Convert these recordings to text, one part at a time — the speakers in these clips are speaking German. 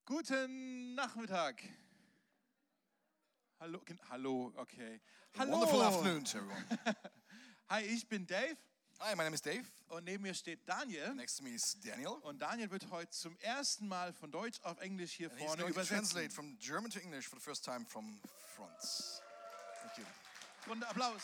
Guten Nachmittag. Hallo, okay. Hallo. Wonderful afternoon to everyone. Hi, ich bin Dave. Hi, my name is Dave. Und neben mir steht Daniel. Next to me is Daniel. Und Daniel wird heute zum ersten Mal von Deutsch auf Englisch hier And he's vorne going to übersetzen. translate from German to English for the first time from front. Thank you. Runde Applaus.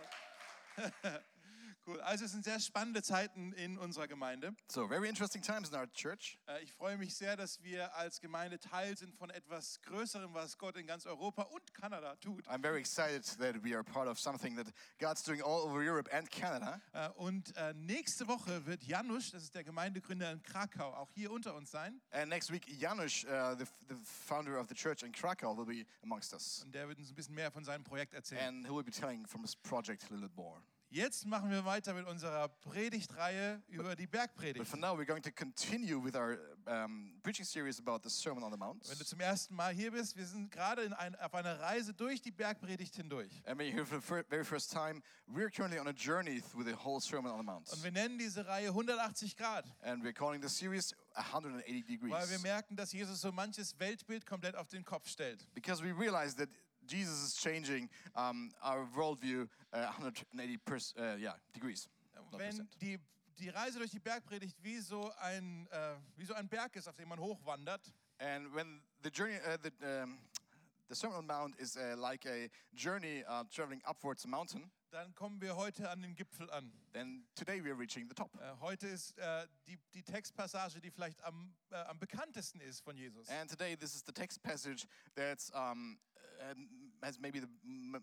Cool. Also es sind sehr spannende Zeiten in unserer Gemeinde. So, very interesting times in our church. Ich freue mich sehr, dass wir als Gemeinde Teil sind von etwas Größerem, was Gott in ganz Europa und Kanada tut. I'm very excited that we are part of something that God's doing all over Europe and Canada. Und nächste Woche wird Janusz, das ist der Gemeindegründer in Krakau, auch hier unter uns sein. And next week, Janusz, the founder of the church in Krakow, will be amongst us. Und der wird uns ein bisschen mehr von seinem Projekt erzählen. And he will be telling from his project a little bit more. Jetzt machen wir weiter mit unserer Predigtreihe über die Bergpredigt. But for now, we're going to continue with our preaching series about the Sermon on the Mount. Wenn du zum ersten Mal hier bist, wir sind gerade auf einer Reise durch die Bergpredigt hindurch. And when you're here for the very first time, we're currently on a journey through the whole Sermon on the Mount. Und wir nennen diese Reihe 180 Grad. And we're calling the series 180 degrees. Weil wir merken, dass Jesus so manches Weltbild komplett auf den Kopf stellt. Because we realize that Jesus is changing our worldview 180 degrees. Wenn die Reise durch die Bergpredigt wie so ein Berg ist, auf dem man hochwandert. And when the journey, the Sermon on the Mount is like a journey traveling upwards a mountain. Dann kommen wir heute an den Gipfel an. Then today we are reaching the top. Heute ist die Textpassage, die vielleicht am bekanntesten ist von Jesus. And today this is the text passage that's has maybe the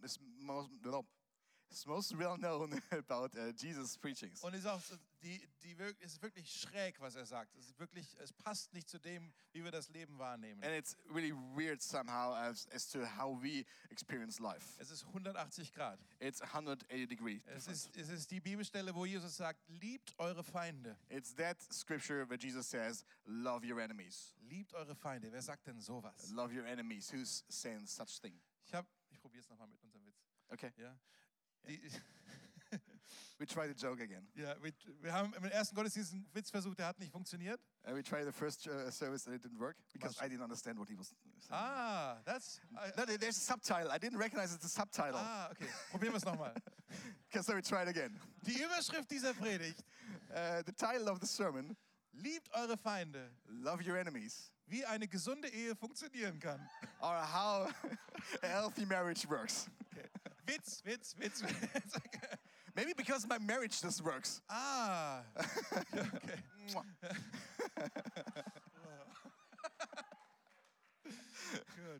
most well known about Jesus' preachings. Und es ist auch es ist wirklich schräg, was er sagt. Es passt nicht zu dem, wie wir das Leben wahrnehmen. And it's really weird somehow as to how we experience life. Es ist 180 Grad. It's 180 degrees. Es ist die Bibelstelle, wo Jesus sagt, liebt eure Feinde. It's that scripture where Jesus says, love your enemies. Liebt eure Feinde. Wer sagt denn sowas? Love your enemies. Who's saying such thing? Ich probiere es nochmal mit unserem Witz. Okay. Ja. We try the joke again. Ja, wir haben im ersten Gottesdienst einen Witz versucht, der hat nicht funktioniert. We tried the first service and it didn't work because I didn't understand what he was saying. No, there's a subtitle. I didn't recognize it's a subtitle. Okay. Probieren wir es nochmal. Okay, so we try it again. Die Überschrift dieser Predigt. The title of the sermon. Liebt eure Feinde. Love your enemies. Wie eine gesunde Ehe funktionieren kann. Or how a healthy marriage works. Okay. Witz. Maybe because my marriage just works. Okay. Good.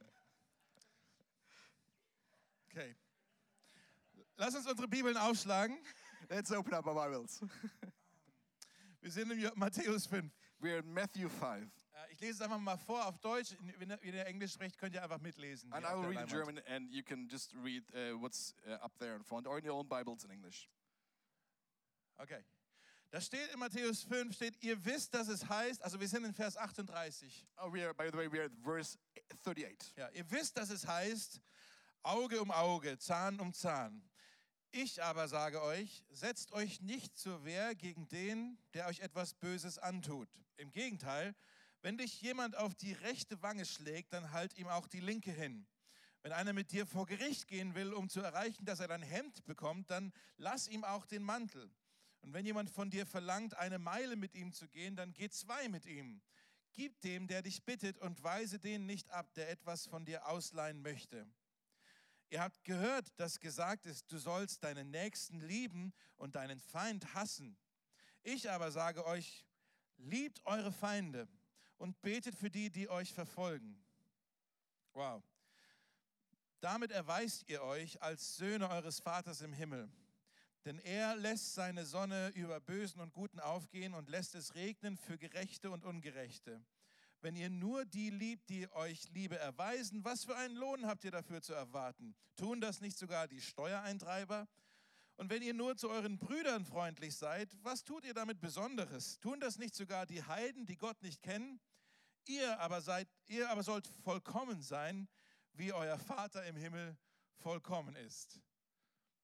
Okay. Lass uns unsere Bibeln aufschlagen. Let's open up our Bibles. Wir sind in Matthäus 5. We're in Matthew 5. Ich lese es einfach mal vor auf Deutsch. Wenn ihr Englisch sprecht, könnt ihr einfach mitlesen. And I will read in German and you can just read what's up there in front or in your own Bibles in English. Okay. Da steht in Matthäus 5, ihr wisst, dass es heißt, also wir sind in Vers 38. By the way, we are at verse 38. Ja, ihr wisst, dass es heißt, Auge um Auge, Zahn um Zahn. Ich aber sage euch, setzt euch nicht zur Wehr gegen den, der euch etwas Böses antut. Im Gegenteil, wenn dich jemand auf die rechte Wange schlägt, dann halt ihm auch die linke hin. Wenn einer mit dir vor Gericht gehen will, um zu erreichen, dass er dein Hemd bekommt, dann lass ihm auch den Mantel. Und wenn jemand von dir verlangt, eine Meile mit ihm zu gehen, dann geh 2 mit ihm. Gib dem, der dich bittet, und weise den nicht ab, der etwas von dir ausleihen möchte. Ihr habt gehört, dass gesagt ist, du sollst deinen Nächsten lieben und deinen Feind hassen. Ich aber sage euch, liebt eure Feinde und betet für die, die euch verfolgen. Wow. Damit erweist ihr euch als Söhne eures Vaters im Himmel. Denn er lässt seine Sonne über Bösen und Guten aufgehen und lässt es regnen für Gerechte und Ungerechte. Wenn ihr nur die liebt, die euch Liebe erweisen, was für einen Lohn habt ihr dafür zu erwarten? Tun das nicht sogar die Steuereintreiber? Und wenn ihr nur zu euren Brüdern freundlich seid, was tut ihr damit Besonderes? Tun das nicht sogar die Heiden, die Gott nicht kennen? Ihr aber sollt vollkommen sein, wie euer Vater im Himmel vollkommen ist.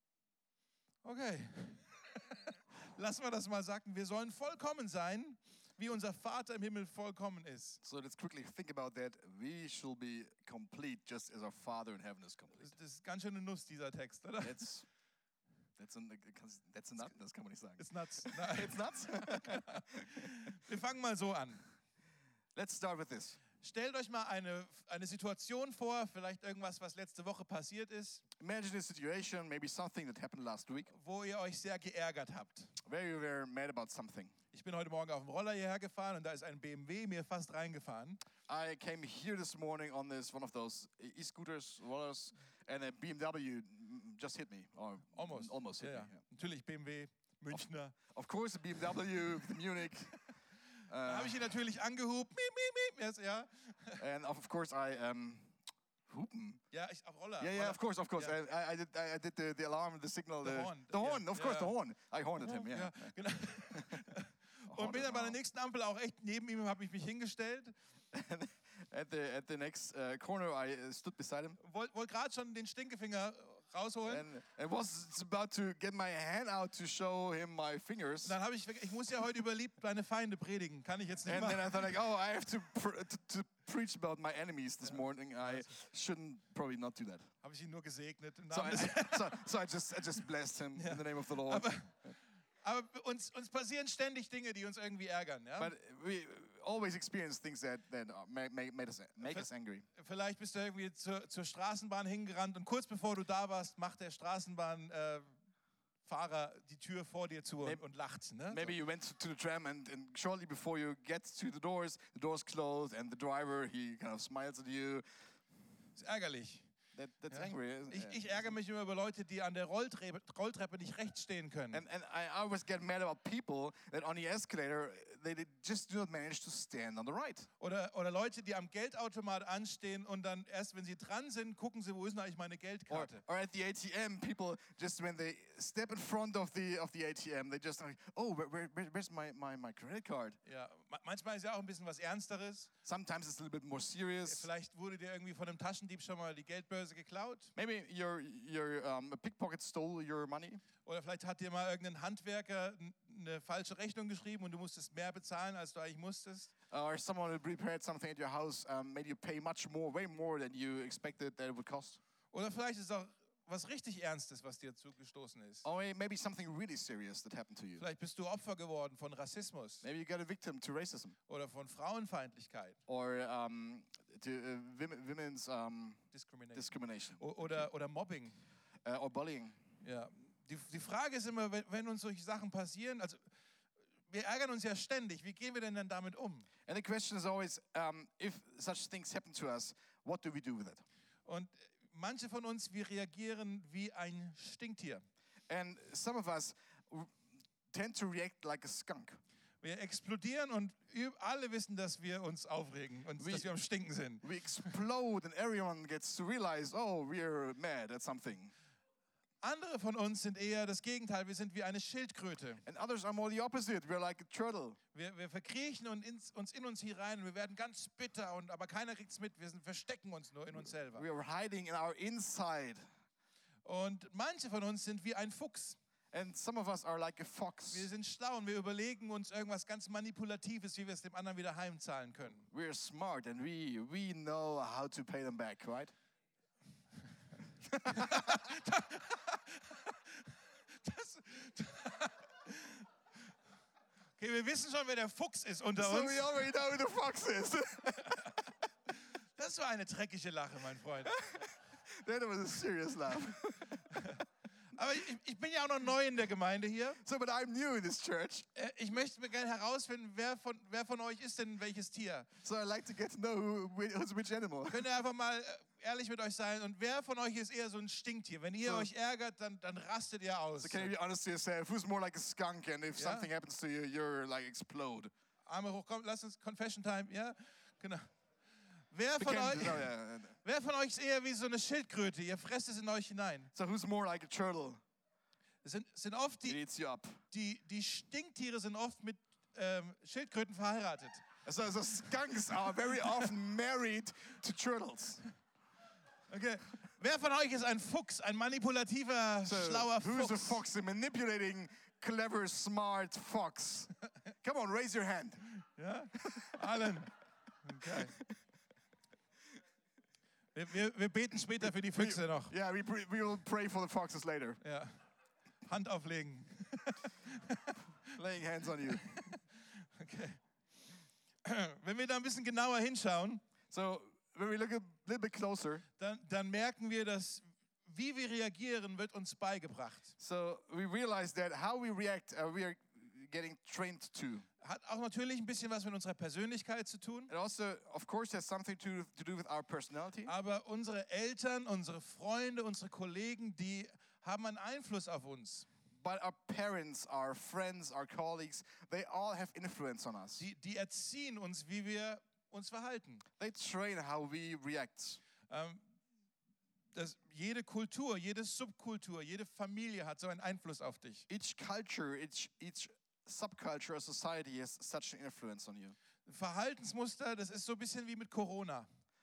Okay, lassen wir das mal sagen. Wir sollen vollkommen sein, wie unser Vater im Himmel vollkommen ist. So let's quickly think about that. We shall be complete just as our Father in heaven is complete. Das ist ganz schön eine Nuss, dieser Text, oder? That's a nut, das kann man nicht sagen. It's nuts. It's nuts? Wir fangen mal so an. Let's start with this. Stellt euch mal eine Situation vor, vielleicht irgendwas, was letzte Woche passiert ist. Imagine a situation, maybe something that happened last week. Wo ihr euch sehr geärgert habt. Where you were mad about something. Ich bin heute Morgen auf dem Roller hierher gefahren und da ist ein BMW mir fast reingefahren. I came here this morning on one of those e-scooters, rollers, and a BMW just hit me. Or almost hit me. Yeah. Natürlich BMW, Münchner. Of course, the BMW, Munich. Da habe ich ihn natürlich angehupt. Yes, ja. And of course I hupen. Ja, auf Roller. Yeah, of course. Yeah. I did the alarm, the signal, the horn. The horn, of course, the horn. I horned him, yeah. Genau. Und bin dann bei der nächsten Ampel auch echt neben ihm, habe ich mich hingestellt. At the next corner, I stood beside him. Wollte gerade schon den Stinkefinger rausholen. And was about to get my hand out to show him my fingers. Und dann ich muss ja heute über lieb deine Feinde predigen. Kann ich jetzt nicht machen. And then I thought I have to preach about my enemies this morning. I shouldn't probably not do that. Habe ich ihn nur gesegnet. So I just blessed him in the name of the Lord. Aber uns passieren ständig Dinge, die uns irgendwie ärgern. Ja? But we always experience things that make us angry. Vielleicht bist du irgendwie zur Straßenbahn hingerannt und kurz bevor du da warst, macht der Straßenbahnfahrer die Tür vor dir zu und lacht. Ne? Maybe you went to the tram and shortly before you get to the doors closed and the driver, he kind of smiles at you. Ist ärgerlich. That's angry. Ich ärgere mich immer über Leute, die an der Rolltreppe nicht rechts stehen können. And I always get mad about people that on the escalator they just do not manage to stand on the right. Oder Leute, die am Geldautomat anstehen und dann erst, wenn sie dran sind, gucken sie, wo ist denn eigentlich meine Geldkarte? Or at the ATM, people just when they step in front of the ATM, they just like, oh, where's my credit card? Ja, manchmal ist ja auch ein bisschen was Ernsteres. Sometimes it's a little bit more serious. Vielleicht wurde dir irgendwie von einem Taschendieb schon mal die Geldbörse geklaut. Maybe a pickpocket stole your money. Oder vielleicht hat dir mal irgendein Handwerker eine falsche Rechnung geschrieben und du musstest mehr bezahlen, als du eigentlich musstest. Or someone who prepared something at your house made you pay way more than you expected that it would cost. Oder vielleicht ist es auch was richtig Ernstes, was dir zugestoßen ist. Or maybe something really serious that happened to you. Vielleicht bist du Opfer geworden von Rassismus. Maybe you got a victim to racism. Oder von Frauenfeindlichkeit. Or women's discrimination. Oder Mobbing. Or bullying. Ja. Die Frage ist immer, wenn uns solche Sachen passieren, also wir ärgern uns ja ständig, wie gehen wir denn dann damit um? And the question is always, if such things happen to us, what do we do with it? Und manche von uns, wir reagieren wie ein Stinktier. And some of us tend to react like a skunk. Wir explodieren und alle wissen, dass wir uns aufregen und dass wir am Stinken sind. We explode and everyone gets to realize, oh, we're mad at something. Andere von uns sind eher das Gegenteil. Wir sind wie eine Schildkröte. And others are more the opposite. We're like a turtle. Wir verkriechen uns in uns hinein. Wir werden ganz bitter, aber keiner kriegt es mit. Wir verstecken uns nur in uns selber. We are hiding in our inside. Und manche von uns sind wie ein Fuchs. And some of us are like a fox. Wir sind schlau und wir überlegen uns irgendwas ganz Manipulatives, wie wir es dem anderen wieder heimzahlen können. We're smart and we know how to pay them back, right? Okay, wir wissen schon, wer der Fuchs ist unter so uns. We already know who the fox is. Das war eine dreckige Lache, mein Freund. That was a serious laugh. Aber ich bin ja auch noch neu in der Gemeinde hier. So, but I'm new in this church. Ich möchte mir gerne herausfinden, wer von euch ist denn welches Tier? So I'd like to get to know who's which animal. Könnt ihr einfach mal ehrlich mit euch sein und wer von euch ist eher so ein Stinktier? Wenn ihr euch ärgert, dann rastet ihr aus. So can you be honest to yourself? Who's more like a skunk and if something happens to you, you're like explode? Arme hoch, komm, lass uns Confession Time, ja? Genau. Wer von euch ist eher wie so eine Schildkröte? Ihr fresst es in euch hinein. So who's more like a turtle? Sind oft die Stinktiere sind oft mit Schildkröten verheiratet. So skunks are very often married to turtles. Okay. Wer von euch ist ein Fuchs, ein manipulativer, schlauer Fuchs? Who's a fox, a manipulating, clever, smart fox? Come on, raise your hand. Ja? Allen. Okay. Wir beten später für die Füchse noch. Yeah, we will pray for the foxes later. Ja. Hand auflegen. Laying hands on you. Okay. Wenn wir da ein bisschen genauer hinschauen, so when we look a little bit closer, dann merken wir, dass wie wir reagieren, wird uns beigebracht. So we realize that how we react, we are getting trained to. Hat auch natürlich ein bisschen was mit unserer Persönlichkeit zu tun. It also, of course, has something to do with our personality. Aber unsere Eltern, unsere Freunde, unsere Kollegen, die haben einen Einfluss auf uns. But our parents, our friends, our colleagues, they all have influence on us. Die erziehen uns, wie wir uns verhalten. They train how we react. Jede Kultur, jede Subkultur, jede Familie hat so einen Einfluss auf dich. Each culture, each subculture or society has such an influence on you. Verhaltensmuster, das ist so ein bisschen wie mit Corona.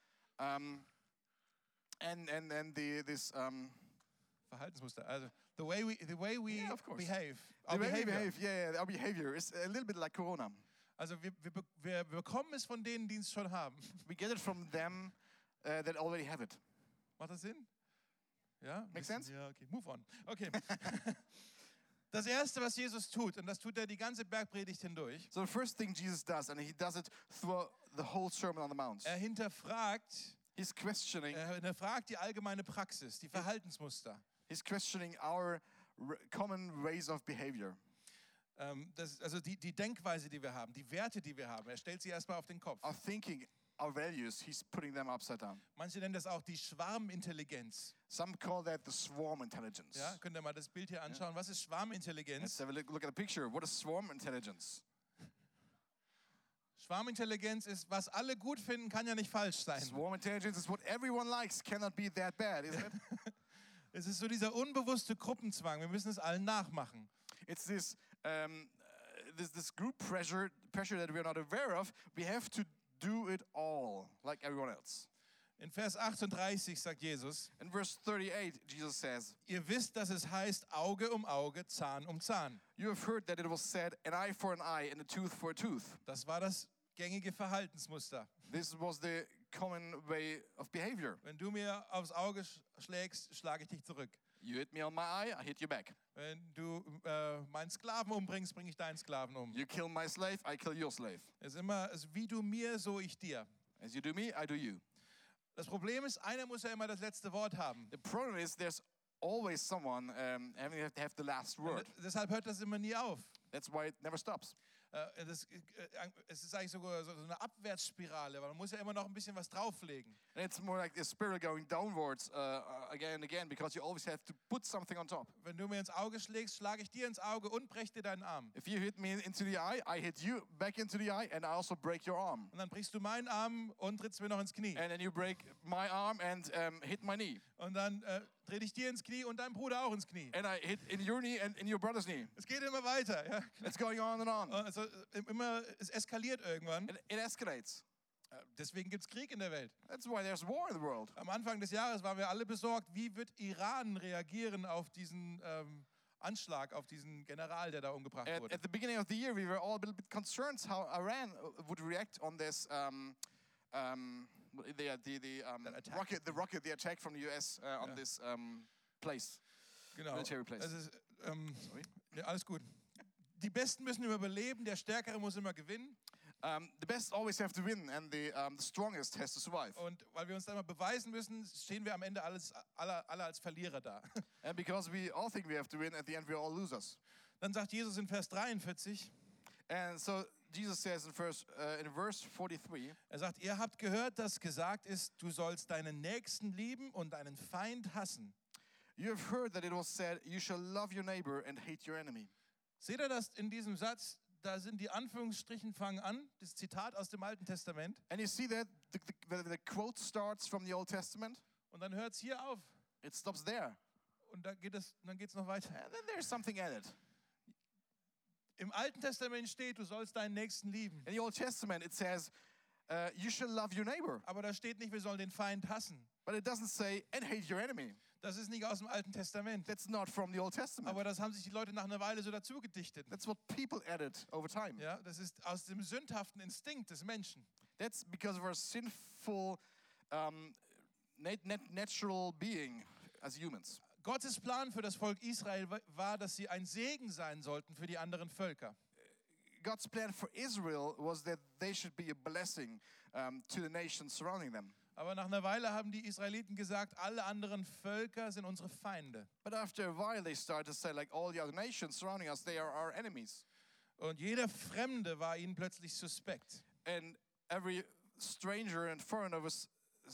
This Verhaltensmuster, also the way we yeah, of course. behave. The way we behave, yeah, our behavior is a little bit like Corona. Also wir bekommen es von denen, die es schon haben. We get it from them that already have it. Macht das Sinn? Ja? Make sense? Ja, okay, move on. Okay. Das Erste, was Jesus tut, und das tut er die ganze Bergpredigt hindurch. So the first thing Jesus does, and he does it through the whole Sermon on the Mount. Er hinterfragt, he's questioning. Er hinterfragt die allgemeine Praxis, die Verhaltensmuster. He's questioning our common ways of behavior. Also die Denkweise, die wir haben, die Werte, die wir haben. Er stellt sie erstmal auf den Kopf. Our thinking, our values, he's putting them upside down. Manche nennen das auch die Schwarmintelligenz. Some call that the swarm intelligence. Ja, könnt ihr mal das Bild hier anschauen. Was ist Schwarmintelligenz? Let's have a look at the picture. What is swarm intelligence? Schwarmintelligenz ist, was alle gut finden, kann ja nicht falsch sein. Swarm intelligence is what everyone likes, cannot be that bad, isn't it? Es ist so dieser unbewusste Gruppenzwang. Wir müssen es allen nachmachen. It's this group pressure that we are not aware of. We have to do it all like everyone else. In Vers 38 sagt Jesus, in verse 38, Jesus says, ihr wisst, dass es heißt Auge um Auge, Zahn um Zahn. You have heard that it was said, an eye for an eye and a tooth for a tooth. Das war das gängige Verhaltensmuster. This was the common way of behavior. Wenn du mir aufs Auge schlägst, schlage ich dich zurück. You hit me on my eye, I hit you back. Wenn du meinen Sklaven umbringst, bringe ich deinen Sklaven um. You kill my slave, I kill your slave. Es ist immer, wie du mir, so ich dir. As you do me, I do you. Das Problem ist, einer muss ja immer das letzte Wort haben. The problem is there's always someone having to have the last word. Deshalb hört das immer nie auf. That's why it never stops. Es ist eigentlich sogar so eine Abwärtsspirale, weil man muss ja immer noch ein bisschen was drauflegen. And it's more like a spiral going downwards again and again because you always have to put something on top. Wenn du mir ins Auge schlägst, schlage ich dir ins Auge und breche dir deinen Arm. If you hit me into the eye, I hit you back into the eye and I also break your arm. Und dann brichst du meinen Arm und trittst mir noch ins Knie. And then you break my arm and hit my knee. Und dann trete ich dir ins Knie und deinem Bruder auch ins Knie. And I hit in your knee and in your brother's knee. Es geht immer weiter. Ja. It's going on and on. Also es eskaliert irgendwann. It escalates. Deswegen gibt es Krieg in der Welt. That's why there's war in the world. Am Anfang des Jahres waren wir alle besorgt, wie wird Iran reagieren auf diesen Anschlag, auf diesen General, der da umgebracht wurde. At the beginning of the year, we were all a little bit concerned how Iran would react on this the attack from the US on this place. Genau. Military place. Sorry? Ja, alles gut. Die Besten müssen immer überleben, der Stärkere muss immer gewinnen. The best always have to win and the strongest has to survive. Und weil wir uns dann mal beweisen müssen, stehen wir am Ende alle als Verlierer da. And because we all think we have to win, at the end we're all losers. Dann sagt Jesus in Vers 43. And so Jesus says in verse 43. Er sagt, ihr habt gehört, dass gesagt ist, du sollst deinen Nächsten lieben und deinen Feind hassen. You have heard that it was said, you shall love your neighbor and hate your enemy. Seht ihr das in diesem Satz? Da sind die Anführungsstrichen fangen an, das Zitat aus dem Alten Testament. And you see that the quote starts from the Old Testament. Und dann hört es hier auf. It stops there. Und dann geht's noch weiter. And then there's something added. Im Alten Testament steht, du sollst deinen Nächsten lieben. In the Old Testament it says, you shall love your neighbor. Aber da steht nicht, wir sollen den Feind hassen. But it doesn't say, and hate your enemy. Das ist nicht aus dem Alten Testament. That's not from the Old Testament. Aber das haben sich die Leute nach einer Weile so dazu gedichtet. That's what people added over time. Ja, das ist aus dem sündhaften Instinkt des Menschen. That's because of our sinful natural being as humans. Gottes Plan für das Volk Israel war, dass sie ein Segen sein sollten für die anderen Völker. God's plan for Israel was that they should be a blessing to the nations surrounding them. Aber nach einer Weile haben die Israeliten gesagt, alle anderen Völker sind unsere Feinde. But after a while they started to say, like, all the other nations surrounding us, they are our enemies. Und jeder Fremde war ihnen plötzlich suspekt. And every stranger and foreigner was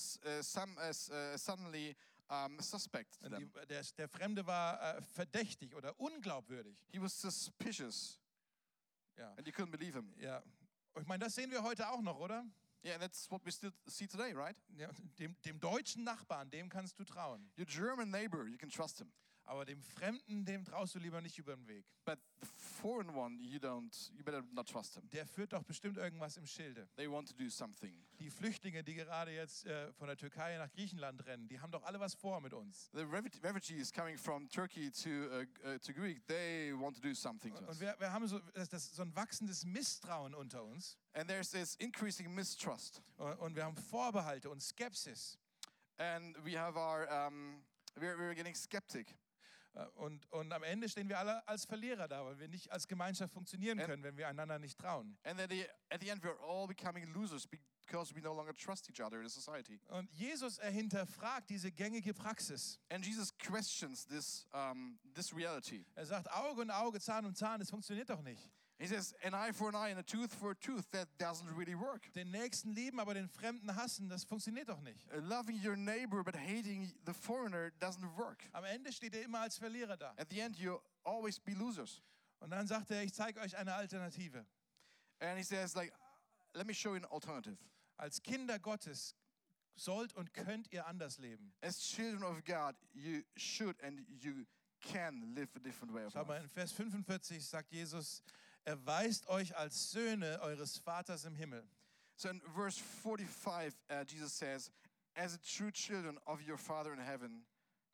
suddenly suspect to Und them. der Fremde war verdächtig oder unglaubwürdig. He was suspicious, Ja, and you couldn't believe him. ja. Ich meine, das sehen wir heute auch noch, oder? Yeah, that's what we still see today, right? Ja, dem deutschen Nachbarn, dem kannst du trauen. Your German neighbor, you can trust him. Aber dem Fremden, dem traust du lieber nicht über den Weg. But the foreign one, you better not trust him. Der führt doch bestimmt irgendwas im Schilde. They want to do something. Die Flüchtlinge, die gerade jetzt von der Türkei nach Griechenland rennen, die haben doch alle was vor mit uns. The refugees coming from Turkey to Greek, they want to do something to Und us. wir haben so ein wachsendes Misstrauen unter uns. And there's this increasing mistrust. Und wir haben Vorbehalte und Skepsis. And we have our, we're getting skeptic. Und am Ende stehen wir alle als Verlierer da, weil wir nicht als Gemeinschaft funktionieren können, wenn wir einander nicht trauen. And then at the end, we're all becoming losers because we no longer trust each other in a society. Und Jesus hinterfragt diese gängige Praxis. And Jesus questions this reality. Er sagt, Auge um Auge, Zahn um Zahn, das funktioniert doch nicht. He says, an eye for an eye and a tooth for a tooth. That doesn't really work. Den Nächsten lieben, aber den Fremden hassen, das funktioniert doch nicht. Loving your neighbor but hating the foreigner doesn't work. Am Ende steht er immer als Verlierer da. At the end, you'll always be losers. Und dann sagt er, ich zeige euch eine Alternative. And he says, like, let me show you an alternative. Als Kinder Gottes sollt und könnt ihr anders leben. As children of God, you should and you can live a different way of Schau mal, life. in Vers 45 sagt Jesus, erweist euch als Söhne eures Vaters im Himmel. So in verse 45, Jesus says, as a true children of your Father in heaven,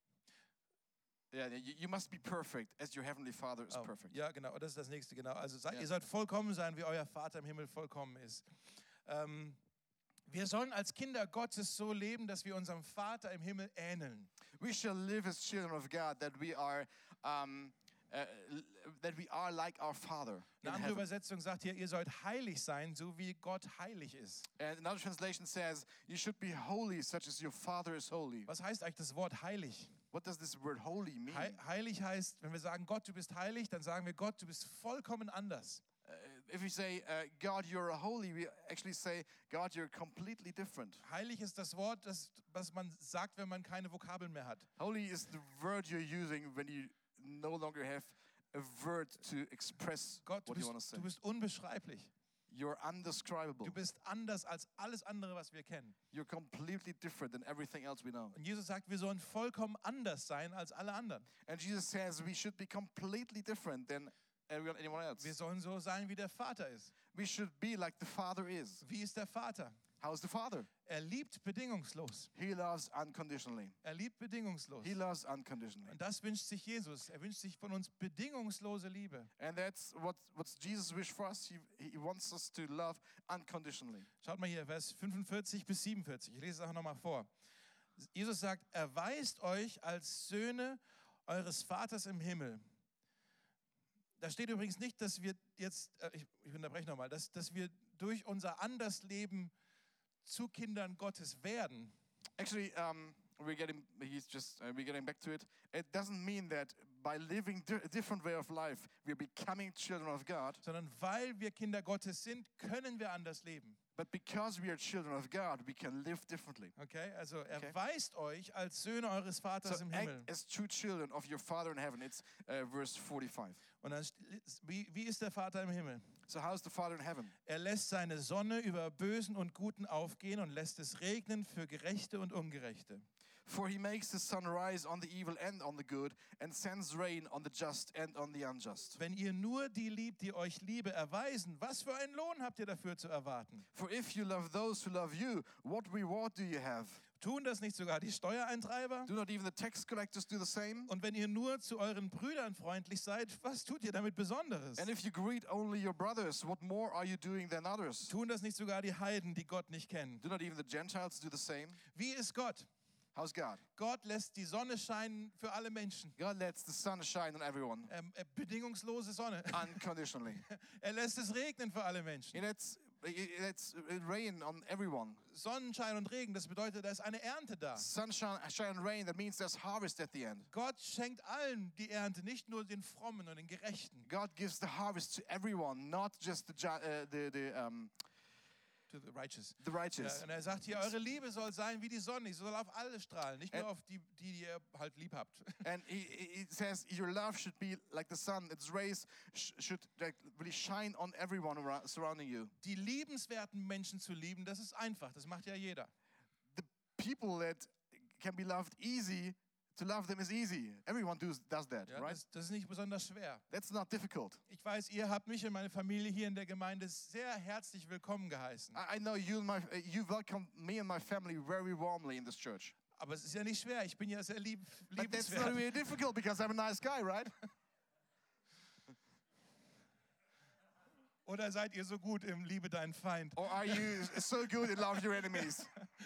you must be perfect as your heavenly Father is perfect. Ja, genau, das ist das nächste, genau. Also Ja. ihr sollt vollkommen sein, wie euer Vater im Himmel vollkommen ist. Wir sollen als Kinder Gottes so leben, dass wir unserem Vater im Himmel ähneln. We shall live as children of God, that we are like our Father in Eine andere heaven. Übersetzung sagt hier, ihr sollt heilig sein, so wie Gott heilig ist. And another translation says, you should be holy, such as your Father is holy. Was heißt eigentlich das Wort heilig? What does this word holy mean? Heilig heißt, wenn wir sagen, Gott, du bist heilig, dann sagen wir, Gott, du bist vollkommen anders. If we say, God, you're holy, we actually say, God, you're completely different. Heilig ist das Wort, was man sagt, wenn man keine Vokabeln mehr hat. Holy is the word you're using when you no longer have a word to express Gott, what you want to say. du bist unbeschreiblich. You're undescribable. Du bist anders als alles andere, was wir kennen. You're completely different than everything else we know. Und Jesus sagt, wir sollen vollkommen anders sein als alle anderen. And Jesus says we should be completely different than anyone else. Wir sollen so sein, wie der Vater ist. We should be like the Father is. Wie ist der Vater? How is the Father? Er liebt bedingungslos. He loves unconditionally. Er liebt bedingungslos. He loves unconditionally. Und das wünscht sich Jesus. Er wünscht sich von uns bedingungslose Liebe. And that's what's Jesus' wish for us. He wants us to love unconditionally. Schaut mal hier, Vers 45 bis 47. Ich lese es auch nochmal vor. Jesus sagt, erweist euch als Söhne eures Vaters im Himmel. Da steht übrigens nicht, dass wir jetzt, ich unterbreche nochmal, dass wir durch unser Andersleben zu Kindern Gottes werden. Actually, we're getting back to it. It doesn't mean that by living a different way of life, we're becoming children of God. Sondern weil wir Kinder Gottes sind, können wir anders leben. But because we are children of God, we can live differently. Okay, also erweist euch als Söhne eures Vaters So im Himmel. act as true children of your Father in heaven. It's verse 45. Und dann, wie ist der Vater im Himmel? So how's the Father in heaven? Er lässt seine Sonne über Bösen und Guten aufgehen und lässt es regnen für Gerechte und Ungerechte. For he makes the sun rise on the evil and on the good, and sends rain on the just and on the unjust. Wenn ihr nur die liebt, die euch Liebe erweisen, was für einen Lohn habt ihr dafür zu erwarten? For if you love those who love you, what reward do you have? Tun das nicht sogar die Steuereintreiber? Do not even the tax collectors do the same? Und wenn ihr nur zu euren Brüdern freundlich seid, was tut ihr damit Besonderes? And if you greet only your brothers, what more are you doing than others? Tun das nicht sogar die Heiden, die Gott nicht kennen? Do not even the Gentiles do the same? Wie ist Gott? How's God? Gott lässt die Sonne scheinen für alle Menschen. God lets the sun shine on everyone, Bedingungslose Sonne. unconditionally. Er lässt es regnen für alle Menschen. He lets it rain on everyone. Sonnenschein und Regen, das bedeutet, da ist eine Ernte da. Sunshine, shine, and rain, that means there's harvest at the end. Gott schenkt allen die Ernte, nicht nur den Frommen und den Gerechten. God gives the harvest to everyone, not just To the righteous. the righteous. Ja, und er sagt hier, eure Liebe soll sein wie die Sonne, sie soll auf alle strahlen, nicht nur auf die ihr halt lieb habt. And he says your love should be like the sun. Its rays should like really shine on everyone surrounding you. Die liebenswerten Menschen zu lieben, das ist einfach, das macht ja jeder. The people that can be loved easy, to love them is easy. Everyone does that, Ja, right? das ist nicht besonders schwer. That's not difficult. Ich weiß, ihr habt mich und meine Familie hier in der Gemeinde sehr herzlich willkommen geheißen. I know you welcomed me and my family very warmly in this church. Aber es ist ja nicht schwer, ich bin ja sehr But that's not liebenswert. really difficult because I'm a nice guy, right? Oder seid ihr so gut im Liebe deinen Feind? Or are you so good at love your enemies?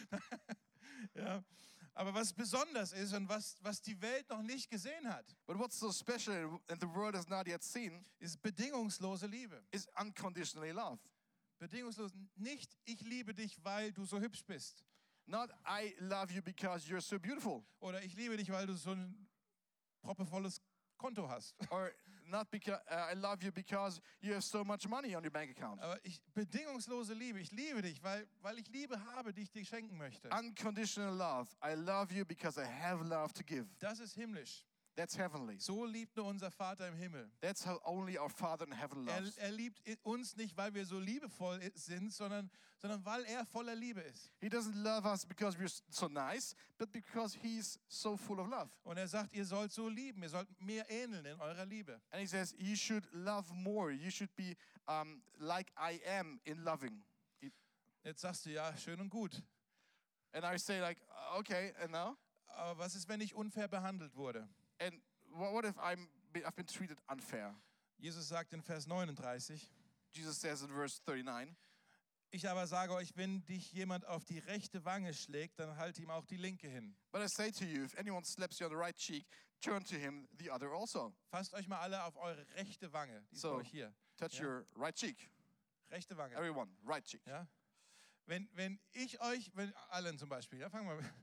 Ja. Aber was besonders ist und was die Welt noch nicht gesehen hat, But what's so special and the world has not yet seen ist bedingungslose Liebe. is unconditionally love. Bedingungslos nicht, ich liebe dich, weil du so hübsch bist. Not I love you because you're so beautiful. Oder ich liebe dich, weil du so ein proppevolles Konto hast. Or not because I love you because you have so much money on your bank account. Aber bedingungslose Liebe, ich liebe dich, weil ich Liebe habe, die ich dir schenken möchte. Unconditional love. I love you because I have love to give. Das ist himmlisch. That's heavenly. So liebt nur unser Vater im Himmel. That's how only our Father in heaven loves. Er liebt uns nicht, weil wir so liebevoll sind, sondern weil er voller Liebe ist. He doesn't love us because we're so nice, but because he's so full of love. Und er sagt, ihr sollt so lieben, ihr sollt mir ähneln in eurer Liebe. And he says, you should love more. You should be like I am in loving. Jetzt sagst du, ja, schön und gut. And I say like, okay, and now? Aber was ist, wenn ich unfair behandelt wurde? And what if I've been treated unfair? Jesus sagt in Vers 39, Jesus says in verse 39, ich aber sage euch, wenn dich jemand auf die rechte Wange schlägt, dann halt ihm auch die linke hin. but I say to you, if anyone slaps you on the right cheek, turn to him the other also. Fasst euch mal alle auf eure rechte Wange. Die ist So, bei euch hier. Touch Yeah. your right cheek. Rechte Wange. Everyone, right cheek. Ja? Wenn Allen zum Beispiel, ja, fangen wir mal.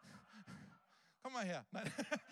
Komm mal her. Nein.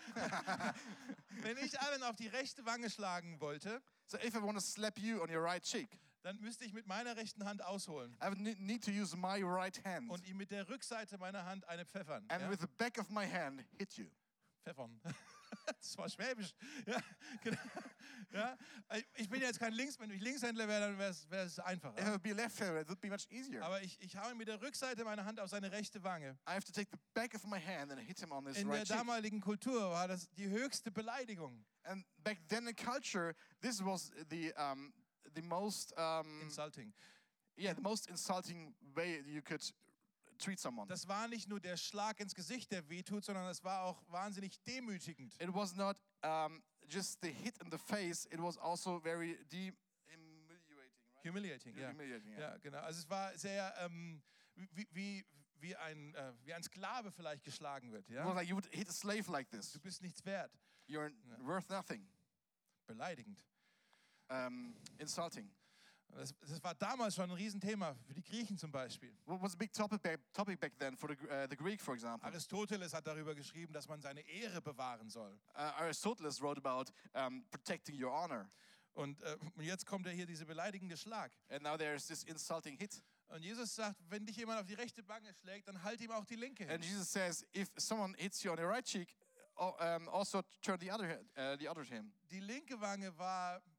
Wenn ich Allen auf die rechte Wange schlagen wollte, So if I want to slap you on your right cheek, dann müsste ich mit meiner rechten Hand ausholen I would need to use my right hand und ihm mit der Rückseite meiner Hand eine pfeffern. and Ja? with the back of my hand hit you. Pfeffern. Das war Schwäbisch. Ja, genau. Ja, ich bin jetzt kein Linkshändler. Wenn ich Linkshändler wäre, dann wäre es If I einfacher. would be left-handed, it would be much easier. Aber ich haue ihm mit der Rückseite meiner Hand auf seine rechte Wange. I have to take the back of my hand and hit him on his In der right cheek. damaligen Kultur war das die höchste Beleidigung. And back then in culture, this was the most Insulting. the most insulting way you could treat someone. Das war nicht nur der Schlag ins Gesicht, der wehtut, sondern es war auch wahnsinnig demütigend. It was not just the hit in the face; it was also very humiliating, right? Humiliating, ja. Humiliating, yeah. Ja, genau. Also es war sehr wie ein Sklave vielleicht geschlagen wird. It was Ja? like you would hit a slave like this. Du bist nichts wert. You're worth nothing. Beleidigend. Insulting. Das war damals schon ein Riesenthema für die Griechen zum Beispiel. What was a big topic back then for the Greek, for example? Aristoteles hat darüber geschrieben, dass man seine Ehre bewahren soll. Aristoteles wrote about protecting your honor. Und jetzt kommt hier diese beleidigende Schlag. And now there's this insulting hit. Und Jesus sagt, wenn dich jemand auf die rechte Wange schlägt, dann halt ihm auch die linke hin. And Jesus says, if someone hits you on your right cheek, also turn the other to him. Die linke Wange war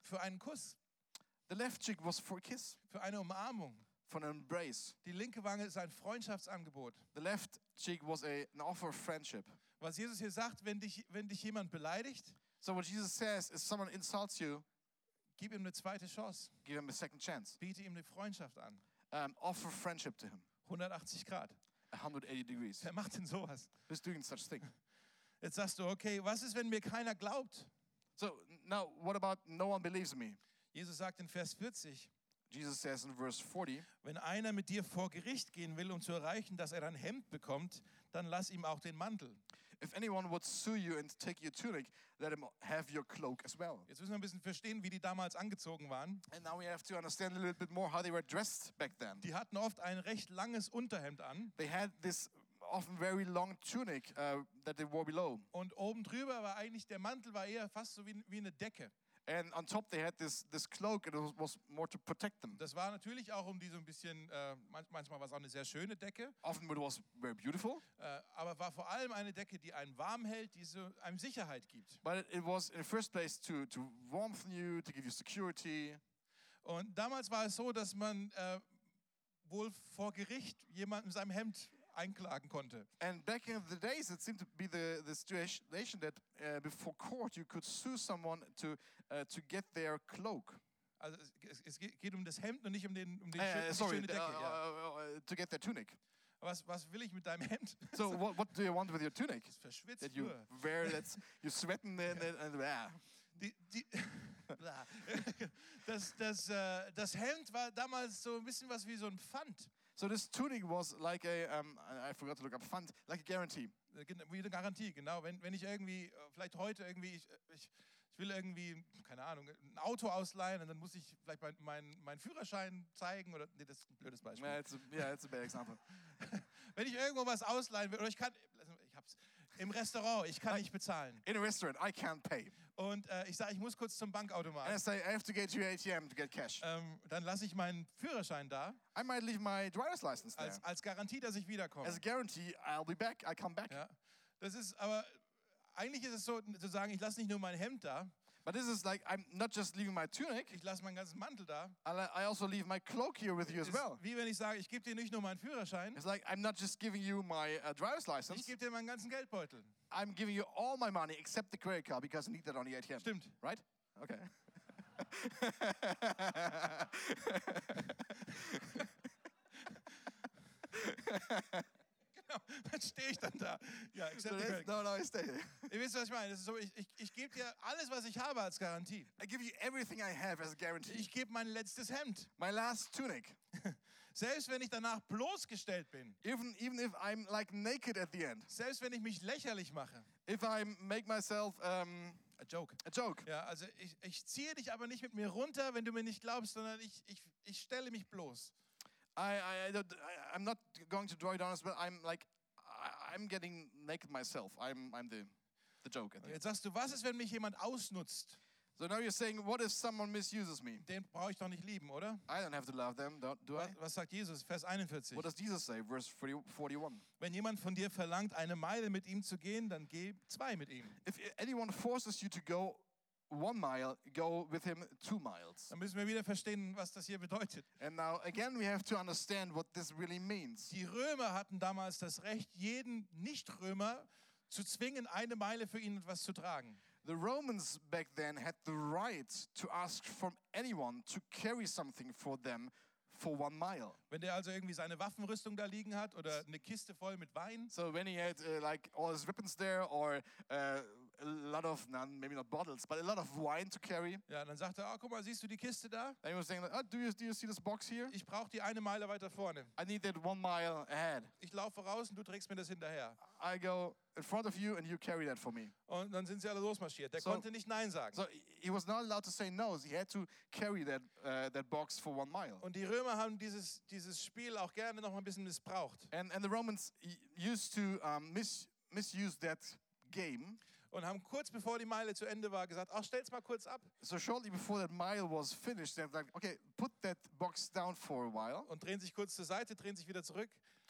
für einen Kuss, The left cheek was for a kiss, für eine Umarmung. for an embrace. Die linke Wange ist ein Freundschaftsangebot. The left cheek was an offer of friendship. Was Jesus hier sagt, wenn dich jemand beleidigt, So what Jesus says is someone insults you, gib ihm eine zweite Chance. give him a second chance. Biete ihm eine Freundschaft an. Offer friendship to him. 180 Grad. 180 degrees. Wer macht denn sowas? Who's doing such thing? Jetzt sagst du, okay, was ist, wenn mir keiner glaubt? So now, what about no one believes me? Jesus sagt in Vers 40, Jesus says in verse 40, wenn einer mit dir vor Gericht gehen will, um zu erreichen, dass er ein Hemd bekommt, dann lass ihm auch den Mantel. if anyone would sue you and take your tunic, let him have your cloak as well. Jetzt müssen wir ein bisschen verstehen, wie die damals angezogen waren. And now we have to understand a little bit more how they were dressed back then. Die hatten oft ein recht langes Unterhemd an They had this often very long tunic that they wore below. und oben drüber war eigentlich, der Mantel war eher fast so wie eine Decke. And on top they had this cloak, and it was more to protect them. Das war natürlich auch um die so ein bisschen, manchmal war es auch eine sehr schöne Decke, Often it was very beautiful, aber war vor allem eine Decke, die einen warm hält, die so einem Sicherheit gibt. but it was in the first place to warmth you, to give you security. Und damals war es so, dass man wohl vor Gericht jemanden mit seinem Hemd einklagen konnte. And back in the days, it seemed to be the situation that before court you could sue someone to get their cloak. Also es geht um das Hemd und nicht um die schöne Decke. Ja. To get their tunic. Was will ich mit deinem Hemd? So what do you want with your tunic? Das verschwitzt That you nur. wear, that's you sweating and Das Hemd war damals so ein bisschen was wie so ein Pfand. So this tunic was like I forgot to look up fund, like a guarantee. Wie eine Garantie, genau. Wenn ich irgendwie, vielleicht heute irgendwie, ich will irgendwie, keine Ahnung, ein Auto ausleihen und dann muss ich vielleicht meinen Führerschein zeigen oder, nee, das ist ein blödes Beispiel. Yeah, it's a bad example. Wenn ich irgendwo was ausleihen will, oder ich hab's, im Restaurant, ich kann nicht bezahlen. In a restaurant, I can't pay. Und ich sage, ich muss kurz zum Bankautomat. And I say, I have to get to your ATM to get cash. Dann lasse ich meinen Führerschein da, I might leave my driver's license there. als Garantie, dass ich wiederkomme. As a guarantee, I'll be back, I come back. Ja, das ist, aber eigentlich ist es so, zu sagen, ich lasse nicht nur mein Hemd da, But this is like, I'm not just leaving my tunic, ich lasse meinen ganzen Mantel da. I also leave my cloak here with you as Ist well. wie wenn ich sage, ich gebe dir nicht nur meinen Führerschein, It's like, I'm not just giving you my driver's ich license, gebe dir meinen ganzen Geldbeutel. I'm giving you all my money except the credit card because I need that on the ATM. Stimmt. Right? Okay. Genau, dann stehe ich dann da. Ja, accept the credit. No, I stay there. Ihr wisst, was ich meine. Das ist so, ich gebe dir alles, was ich habe als Garantie. I give you everything I have as a guarantee. Ich gebe mein letztes Hemd. My last tunic. Selbst wenn ich danach bloßgestellt bin. Even if I'm like naked at the end. Selbst wenn ich mich lächerlich mache. If I make myself A joke. a joke. Ja, also ich ziehe dich aber nicht mit mir runter, wenn du mir nicht glaubst, sondern ich stelle mich bloß. I'm not going to draw you down, but I'm getting naked myself. I'm the joke. At the end. Jetzt sagst du, was ist, wenn mich jemand ausnutzt? So now you're saying, what if someone misuses me? Den brauche ich doch nicht lieben, oder? I don't have to love them, do I? Was sagt Jesus? Vers 41. What does Jesus say? Verse 41. Wenn jemand von dir verlangt, eine Meile mit ihm zu gehen, dann geh 2 mit ihm. If anyone forces you to go 1 mile, go with him 2 miles. Dann müssen wir wieder verstehen, was das hier bedeutet. And now again we have to understand what this really means. Die Römer hatten damals das Recht, jeden Nicht-Römer zu zwingen, eine Meile für ihn etwas zu tragen. The Romans back then had the right to ask from anyone to carry something for them for 1 mile. Wenn der also irgendwie seine Waffenrüstung da liegen hat oder eine Kiste voll mit Wein, So when he had like all his weapons there, or a lot of, maybe not bottles, but a lot of wine to carry, ja, dann sagt er, guck mal, siehst du die Kiste da? then he was saying, do you see this box here? Ich brauche die eine Meile weiter vorne. I need that 1 mile ahead. Ich laufe raus und du trägst mir das hinterher. I go in front of you and you carry that for me. Und dann sind sie alle losmarschiert. Der So- konnte nicht Nein sagen. So he was not allowed to say no. He had to carry that box for 1 mile. Und die Römer haben dieses Spiel auch gerne noch mal ein bisschen missbraucht And the Romans used to misuse that game. und haben kurz bevor die Meile zu Ende war gesagt, ach, stell's mal kurz ab So shortly before that mile was finished, they're like, okay, put that box down for a while und drehen sich kurz zur Seite, drehen sich wieder zurück.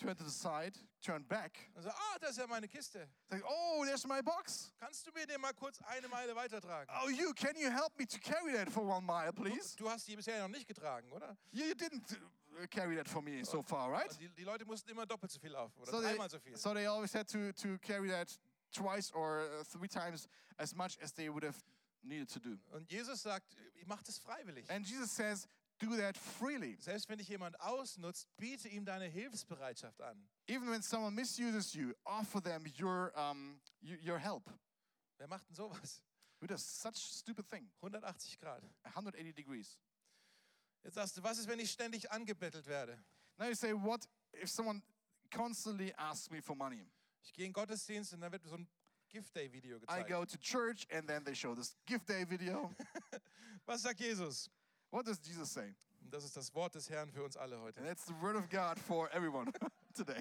turn to the side, turn back. Und sagt, das ist ja meine Kiste. Like, oh, there's my box. Kannst du mir den mal kurz eine Meile weitertragen? Oh, can you help me to carry that for 1 mile, please? Du hast die bisher noch nicht getragen, oder? You didn't carry that for me so far, right? Also die Leute mussten immer doppelt so viel laufen oder So dreimal so viel. they always had to carry that twice or 3 times as much as they would have needed to do. Und Jesus sagt, ich mache das freiwillig. And Jesus says, do that freely. Selbst wenn dich jemand ausnutzt, biete ihm deine Hilfsbereitschaft an. Even when someone misuses you, offer them your help. Wer macht denn sowas? Who does such stupid thing? 180 Grad. 180 degrees. Jetzt sagst du, was ist, wenn ich ständig angebettelt werde? Now you say, what if someone constantly asks me for money? Ich gehe in den Gottesdienst und dann wird so ein Gift Day Video I gezeigt. go to church and then they show this gift day video. Was sagt Jesus? What does Jesus say? Und das ist das Wort des Herrn für uns alle And heute. that's the word of God for everyone today.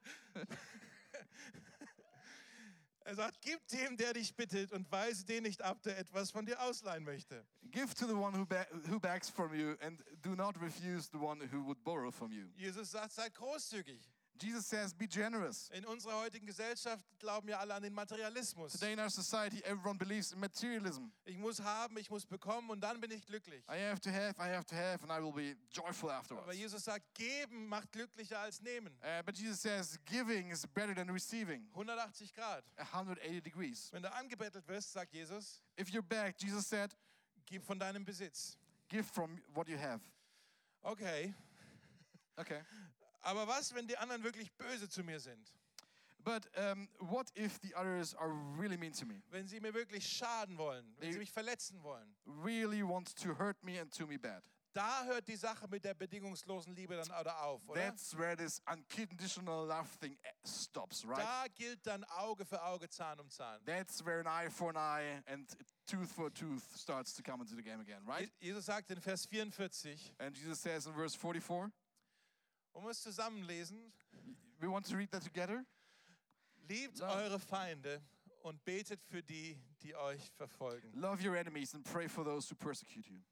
Er sagt, gib dem, der dich bittet und weise den nicht ab, der etwas von dir ausleihen möchte. Give to the one who begs from you and do not refuse the one who would borrow from you. Jesus sagt, seid großzügig. Jesus says, be generous. In unserer heutigen Gesellschaft glauben ja alle an den Materialismus. Today in our society, everyone believes in materialism. Ich muss haben, ich muss bekommen und dann bin ich glücklich. I have to have, and I will be joyful afterwards. Aber Jesus sagt, geben macht glücklicher als nehmen. But Jesus says, giving is better than receiving. 180 Grad. 180 degrees. Wenn du angebettelt wirst, sagt Jesus, If you're begged, Jesus said, gib von deinem Besitz. give from what you have. Okay, Okay. aber was, wenn die anderen wirklich böse zu mir sind? But what if the others are really mean to me? Wenn sie mir wirklich schaden wollen, wenn sie mich verletzen wollen? Really want to hurt me and to me bad? Da hört die Sache mit der bedingungslosen Liebe dann oder auf, oder? That's where this unconditional love thing stops, right? Da gilt dann Auge für Auge, Zahn um Zahn. That's where an eye for an eye and tooth for a tooth starts to come into the game again, right? Jesus sagt in Vers 44, And Jesus says in verse 44, um es zusammenlesen, we want to read that together. liebt Love. eure Feinde und betet für die, die euch verfolgen. Love your enemies and pray for those who persecute you.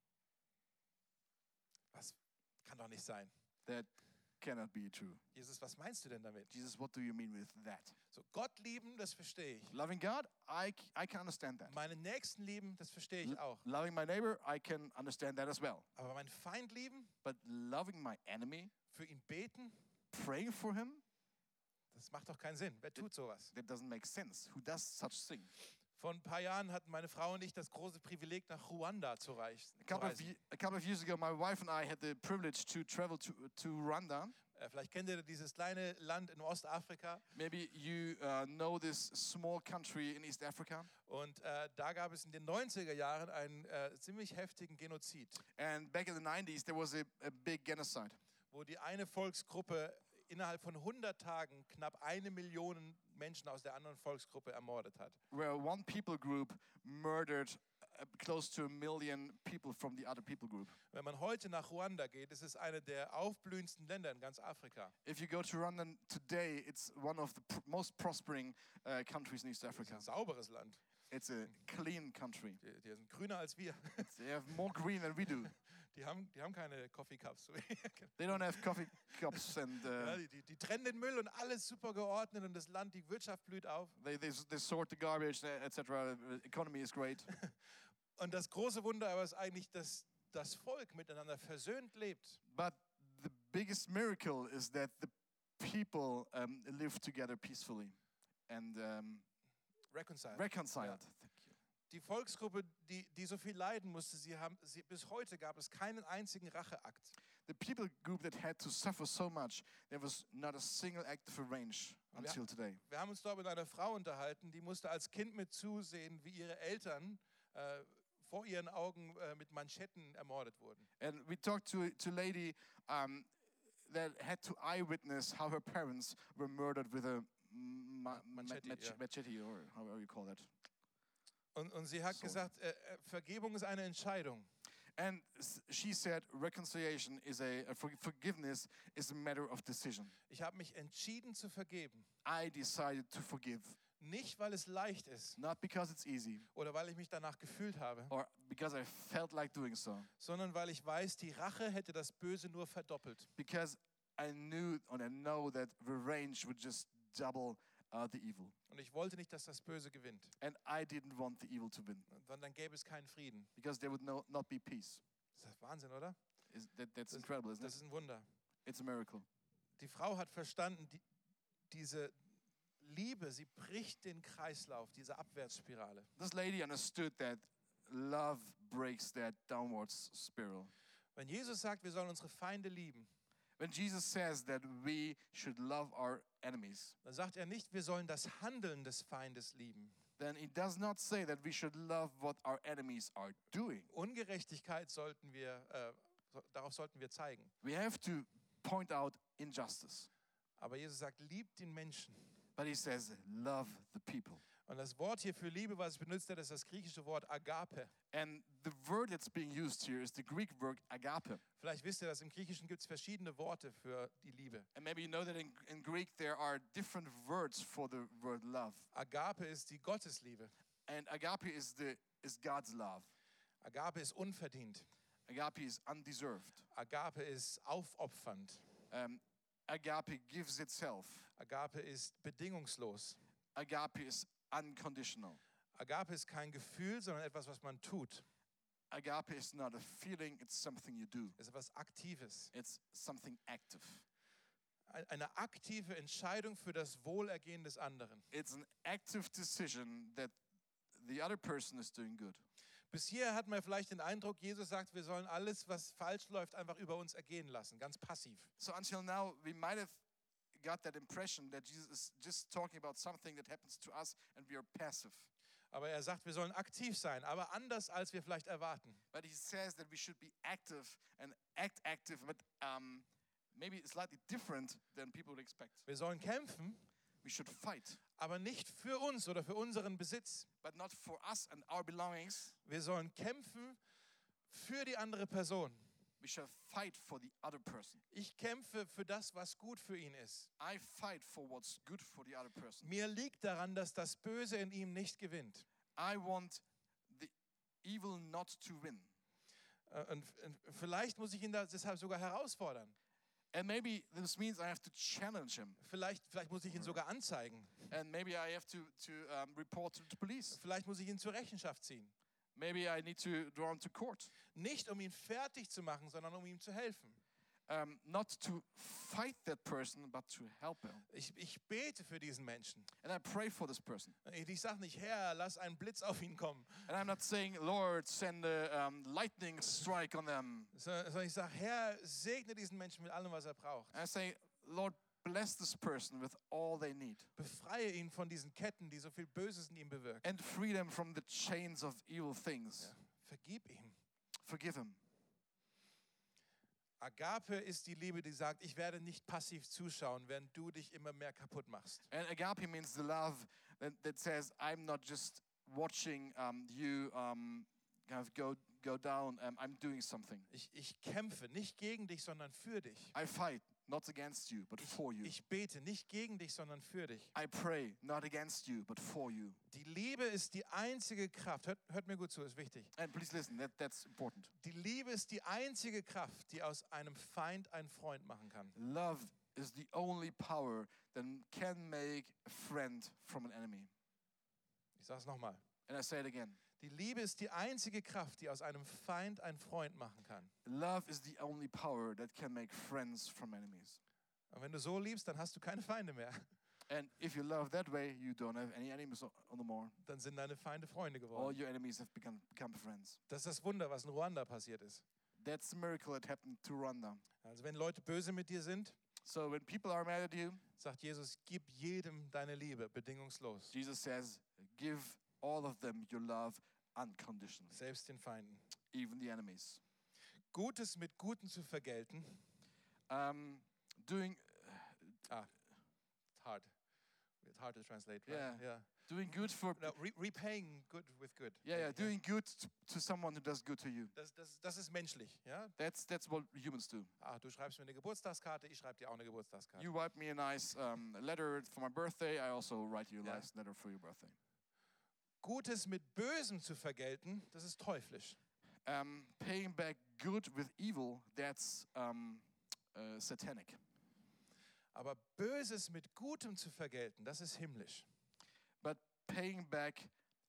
Was kann doch nicht sein. That cannot be true. Jesus, was meinst du denn damit? Jesus, what do you mean with that? So, Gott lieben, das verstehe ich. Loving God, I can understand that. Meinen Nächsten lieben, das verstehe ich auch. Loving my neighbor, I can understand that as well. Aber meinen Feind lieben, But loving my enemy, für ihn beten, praying for him, das macht doch keinen Sinn. Wer tut sowas? that doesn't make sense. Who does such thing? Vor ein paar Jahren hatten meine Frau und ich das große Privileg, nach Ruanda zu reisen. A couple of years ago, my wife and I had the privilege to travel to Rwanda. Vielleicht kennt ihr dieses kleine Land in Ostafrika. Maybe you know this small country in East Africa. Und da gab es in den 90er Jahren einen ziemlich heftigen Genozid, And back in the 90s, there was a big genocide wo die eine Volksgruppe innerhalb von 100 Tagen knapp 1 Million Menschen aus der anderen Volksgruppe ermordet hat. where one people group murdered close to 1 million people from the other people group. Wenn man heute nach Ruanda geht, ist es eine der aufblühendsten Länder in ganz Afrika. If you go to Rwanda today, it's one of the most prospering countries in East Es ist Africa. ein sauberes Land. It's a clean country. Die sind grüner als wir. They have more green than we do. Die haben keine Coffee Cups. So wie wir. They don't have coffee cups and Ja, die trennen den Müll und alles super geordnet und das Land, die Wirtschaft blüht auf. they sort the garbage, etc. Economy is great. Und das große Wunder aber ist eigentlich, dass das Volk miteinander versöhnt lebt. But the biggest miracle is that the people live together peacefully and Reconciled. reconciled. Ja. Thank you. Die Volksgruppe, die so viel leiden musste, bis heute gab es keinen einzigen Racheakt. The people group that had to suffer so much, there was not a single act of revenge until today. Wir haben uns dort mit einer Frau unterhalten, die musste als Kind mit zusehen, wie ihre Eltern vor ihren Augen mit Manschetten ermordet wurden. And we talked to a lady that had to eyewitness how her parents were murdered with a Machete, yeah. machete, or however you call that. Und sie hat So. gesagt, Vergebung ist eine Entscheidung. And she said reconciliation is forgiveness is a matter of decision. Ich habe mich entschieden zu vergeben. I decided to forgive, Nicht, weil es leicht ist not because it's easy oder weil ich mich danach gefühlt habe, or because I felt like doing so, sondern weil ich weiß, die Rache hätte das Böse nur verdoppelt. because I knew and I know that revenge would just double the evil. Und ich wollte nicht, dass das Böse gewinnt. And I didn't want the evil to win Dann gäbe es keinen Frieden. because there would not be peace. Das ist Wahnsinn, oder? That's incredible, isn't Das it? ist ein Wunder. It's a miracle. Die Frau hat verstanden, diese Liebe, sie bricht den Kreislauf, diese Abwärtsspirale. This lady understood that love breaks that downwards spiral. Wenn Jesus sagt, wir sollen unsere Feinde lieben, When Jesus says that we should love our enemies, dann sagt er nicht, wir sollen das Handeln des Feindes lieben. then he does not say that we should love what our enemies are doing. Ungerechtigkeit darauf sollten wir zeigen. We have to point out injustice. Aber Jesus sagt, liebt den Menschen. But he says, love the people. Und das Wort hier für Liebe, was ich benutzt habe, ist das griechische Wort Agape. And the word that's being used here is the Greek word agape. Vielleicht wisst ihr, dass im Griechischen gibt es verschiedene Worte für die Liebe. And maybe you know that in Greek there are different words for the word love. Agape ist die Gottesliebe. And agape is God's love. Agape ist unverdient. Agape is undeserved. Agape ist aufopfernd. Agape gives itself. Agape ist bedingungslos. Agape is unconditional. Agape ist kein Gefühl, sondern etwas, was man tut. Agape is not a feeling, it's something you do. Es ist etwas Aktives. It's something active. Eine aktive Entscheidung für das Wohlergehen des anderen. It's an active decision that the other person is doing good. Bis hier hat man vielleicht den Eindruck, Jesus sagt, wir sollen alles, was falsch läuft, einfach über uns ergehen lassen, ganz passiv. So until now, we might have got that impression that Jesus is just talking about something that happens to us and we are passive. Aber er sagt, wir sollen aktiv sein, aber anders, als wir vielleicht erwarten. But he says that we should be active and act active, but maybe slightly different than people would expect. Wir sollen kämpfen, We should fight, aber nicht für uns oder für unseren Besitz. but not for us and our belongings. Wir sollen kämpfen für die andere Person. We shall fight for the other person. Ich kämpfe für das, was gut für ihn ist. I fight for what's good for the other person. Mir liegt daran, dass das Böse in ihm nicht gewinnt. I want the evil not to win. Und vielleicht muss ich ihn da deshalb sogar herausfordern. And maybe this means I have to challenge him. Vielleicht muss ich ihn sogar anzeigen. And maybe I have to report to the police. Vielleicht muss ich ihn zur Rechenschaft ziehen. Maybe I need to draw him to court. Nicht um ihn fertig zu machen, sondern um ihm zu helfen. Not to fight that person, but to help him. Ich bete für diesen Menschen. And I pray for this person. Ich sage nicht, Herr, lass einen Blitz auf ihn kommen. And I'm not saying, Lord, send a lightning strike on them. Sondern ich sage, Herr, segne diesen Menschen mit allem, was er braucht. And I say, Lord, bless this person with all they need. Befreie ihn von diesen Ketten, die so viel Böses in ihm bewirken. And free them from the chains of evil things. Ja, vergib ihm. Forgive him. Agape ist die Liebe, die sagt, ich werde nicht passiv zuschauen, während du dich immer mehr kaputt machst. And agape means the love that says, I'm not just watching you kind of go down. I'm doing something. Ich kämpfe nicht gegen dich, sondern für dich. I fight, not against you, but for you. Ich bete nicht gegen dich, sondern für dich. I pray, not against you, but for you. Die Liebe ist die einzige Kraft. Hört mir gut zu, ist wichtig. And please listen, that's important. Die Liebe ist die einzige Kraft, die aus einem Feind einen Freund machen kann. Love is the only power that can make a friend from an enemy. Ich sage es nochmal. And I say it again. Die Liebe ist die einzige Kraft, die aus einem Feind einen Freund machen kann. Love is the only power that can make friends from enemies. Und wenn du so liebst, dann hast du keine Feinde mehr. And if you love that way, you don't have any enemies on the more. Dann sind deine Feinde Freunde All geworden. your enemies have become friends. Das ist das Wunder, was in Ruanda passiert ist. That's the miracle that happened to Rwanda. Also wenn Leute böse mit dir sind, So when people are mad at you, sagt Jesus, gib jedem deine Liebe, bedingungslos. Jesus says, give all of them your love unconditionally, Selbst den Feinden. even the enemies. Gutes mit Guten zu vergelten, Doing it's hard. It's hard to translate, Yeah. right? Yeah. doing good for No, repaying good with good. doing good to someone who does good to you. Das ist menschlich, ja? That's what humans do. Du schreibst mir eine Geburtstagskarte, ich schreibe dir auch eine Geburtstagskarte. You write me a nice letter for my birthday. I also write you a Yeah. nice letter for your birthday. Gutes mit Bösem zu vergelten, das ist teuflisch. Paying back good with evil, that's satanic. Aber Böses mit Gutem zu vergelten, das ist himmlisch. But paying back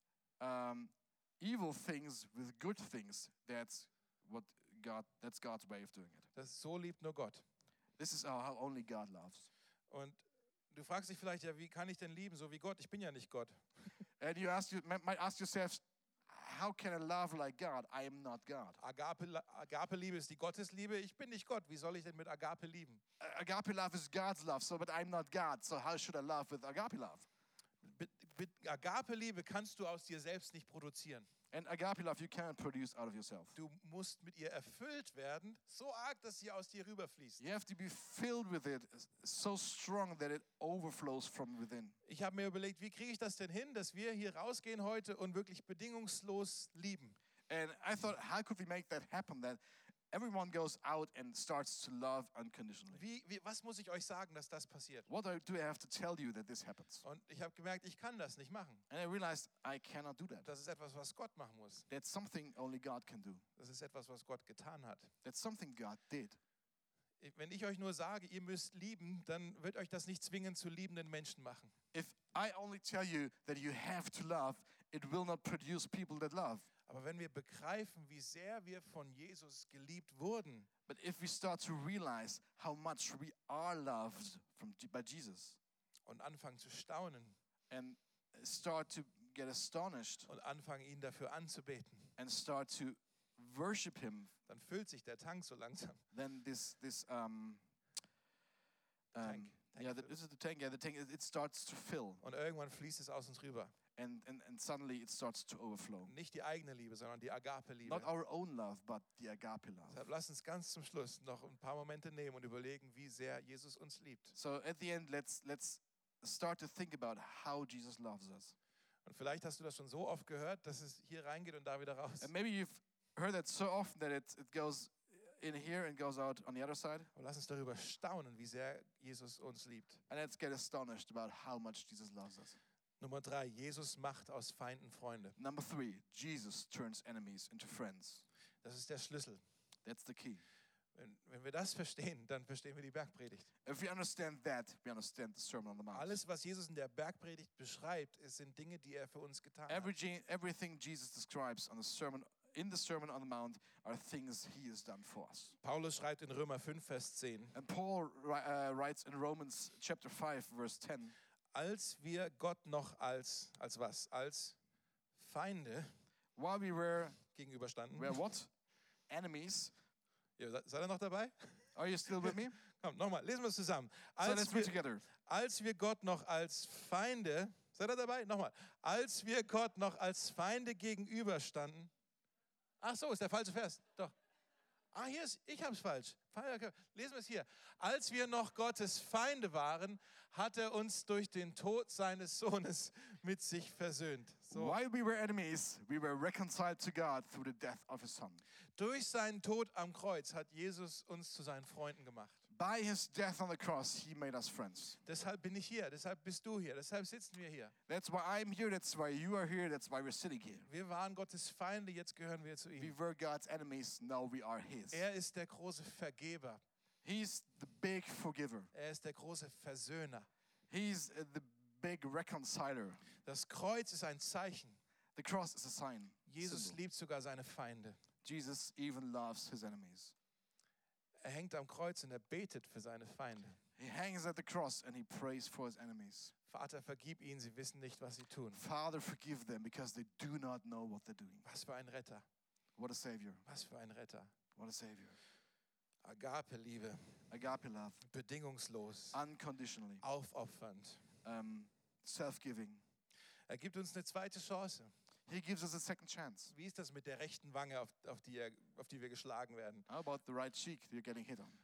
evil things with good things, that's God's way of doing it. So liebt nur Gott. This is how only God loves. Und du fragst dich vielleicht, ja, wie kann ich denn lieben, so wie Gott? Ich bin ja nicht Gott. And you might ask yourselves, how can I love like God? I am not God. Agape-Liebe ist die Gottesliebe. Ich bin nicht Gott. Wie soll ich denn mit Agape lieben? Agape love is God's love, but I'm not God, so how should I love with agape love? Mit Agape-Liebe kannst du aus dir selbst nicht produzieren. And agape love you cannot produce out of yourself. Du musst mit ihr erfüllt werden, so arg, dass sie aus dir rüberfließt. You have to be filled with it so strong that it overflows from within. Ich habe mir überlegt, wie kriege ich das denn hin, dass wir hier rausgehen heute und wirklich bedingungslos lieben? And I thought, how could we make that happen, that everyone goes out and starts to love unconditionally? Was muss ich euch sagen, dass das passiert? What do I have to tell you that this happens? Und ich habe gemerkt, ich kann das nicht machen. And I realized I cannot do that. Das ist etwas, was Gott machen muss. That's something only God can do. Das ist etwas, was Gott getan hat. That's something God did. Wenn ich euch nur sage, ihr müsst lieben, dann wird euch das nicht zwingend zu liebenden Menschen machen. If I only tell you that you have to love, it will not produce people that love. Aber wenn wir begreifen, wie sehr wir von Jesus geliebt wurden, But if we start to realize how much we are loved by Jesus und anfangen zu staunen and start to get astonished und anfangen, ihn dafür anzubeten, and start to worship him, dann füllt sich der Tank so langsam. then this Tank yeah, füllt. this is the tank. Yeah, the tank. It starts to fill, Und irgendwann fließt es aus uns rüber. and suddenly it starts to overflow. Nicht die eigene Liebe, sondern die Agape-Liebe. Not our own love, but the agape love. Deshalb lass uns ganz zum Schluss noch ein paar Momente nehmen und überlegen, wie sehr Jesus uns liebt. So at the end, let's start to think about how Jesus loves us. Und vielleicht hast du das schon so oft gehört, dass es hier reingeht und da wieder raus. And maybe you've heard that so often that it goes in here and goes out on the other side. Aber lass uns darüber staunen, wie sehr Jesus uns liebt. And let's get astonished about how much Jesus loves us. Nummer 3, Jesus macht aus Feinden Freunde. Number 3, Jesus turns enemies into friends. Das ist der Schlüssel. That's the key. Wenn wir das verstehen, dann verstehen wir die Bergpredigt. If we understand that, we understand the Sermon on the Mount. Alles, was Jesus in der Bergpredigt beschreibt, sind Dinge, die er für uns getan hat. Everything Jesus describes in the Sermon on the Mount are things he has done for us. Paulus schreibt in Römer 5, Vers 10, And Paul writes in Romans chapter 5, verse 10, als wir Gott noch als was? Als Feinde while we were gegenüberstanden. what? Enemies. Ja, seid ihr noch dabei? Are you still with me? Komm, nochmal, lesen wir es zusammen. So let's read together. Als wir Gott noch als Feinde, seid ihr dabei? Nochmal. Als wir Gott noch als Feinde gegenüberstanden. Ach so, ist der falsche Vers. Doch. Hier ist, ich hab's falsch. Lesen wir es hier. Als wir noch Gottes Feinde waren, hat er uns durch den Tod seines Sohnes mit sich versöhnt. So. While we were enemies, we were reconciled to God through the death of his son. Durch seinen Tod am Kreuz hat Jesus uns zu seinen Freunden gemacht. By his death on the cross, he made us friends. Deshalb bin ich hier, deshalb bist du hier, deshalb sitzen wir hier. That's why I'm here, that's why you are here, that's why we're sitting here. Wir waren Gottes Feinde, jetzt gehören wir zu ihm. We were God's enemies, now we are his. Er ist der große Vergeber. He's the big forgiver. Er ist der große Versöhner. He's the big reconciler. Das Kreuz ist ein Zeichen. The cross is a sign. Jesus symbol. liebt sogar seine Feinde. Jesus even loves his enemies. Er hängt am Kreuz und er betet für seine Feinde. He hangs at the cross and he prays for his enemies. Vater, vergib ihnen, sie wissen nicht, was sie tun. Father, forgive them because they do not know what they're doing. Was für ein Retter. What a savior. Was für ein Retter. What a savior. Agape-Liebe. Agape love. Bedingungslos. Unconditionally. Aufopfernd. Self-giving. Er gibt uns eine zweite Chance. He gives us a second chance. Wie ist das mit der rechten Wange, auf die wir geschlagen werden? How about the right cheek you're getting hit on?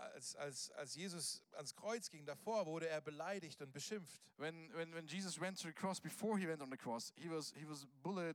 Als Jesus ans Kreuz ging, davor wurde er beleidigt und beschimpft. When Jesus went to the cross, before he went on the cross, he was bullied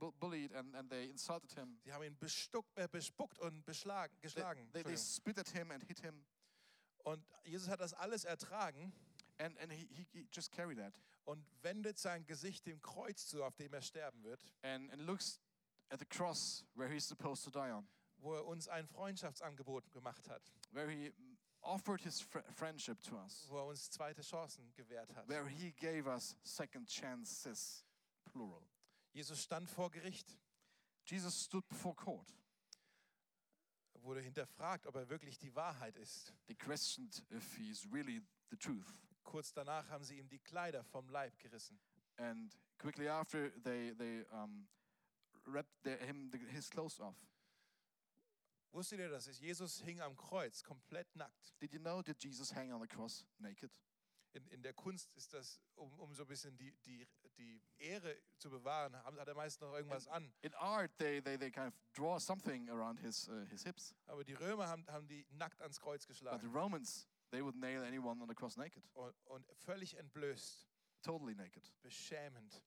and they insulted him. Sie haben ihn bespuckt und geschlagen. They spit at him and hit him. Und Jesus hat das alles ertragen And he just carried that. und wendet sein Gesicht dem Kreuz zu, auf dem er sterben wird, And looks at the cross where he's supposed to die on. wo er uns ein Freundschaftsangebot gemacht hat. Where he offered his friendship to us, wo er uns zweite Chancen gewährt hat. where he gave us second chances, plural. Jesus stand vor Gericht, Jesus stood before court. wurde hinterfragt, ob er wirklich die Wahrheit ist. They questioned if he's really the truth. Kurz danach haben sie ihm die Kleider vom Leib gerissen. And quickly after, they ripped his clothes off. Wusstet ihr das? Jesus hing am Kreuz komplett nackt. Did you know that Jesus hang on the cross naked? In der Kunst ist das, um so ein bisschen die Ehre zu bewahren, hat er meist noch irgendwas an. In art, they kind of draw something around his hips. Aber die Römer haben die nackt ans Kreuz But the geschlagen. Romans, they would nail anyone on the cross naked, Und völlig entblößt, totally naked. beschämend,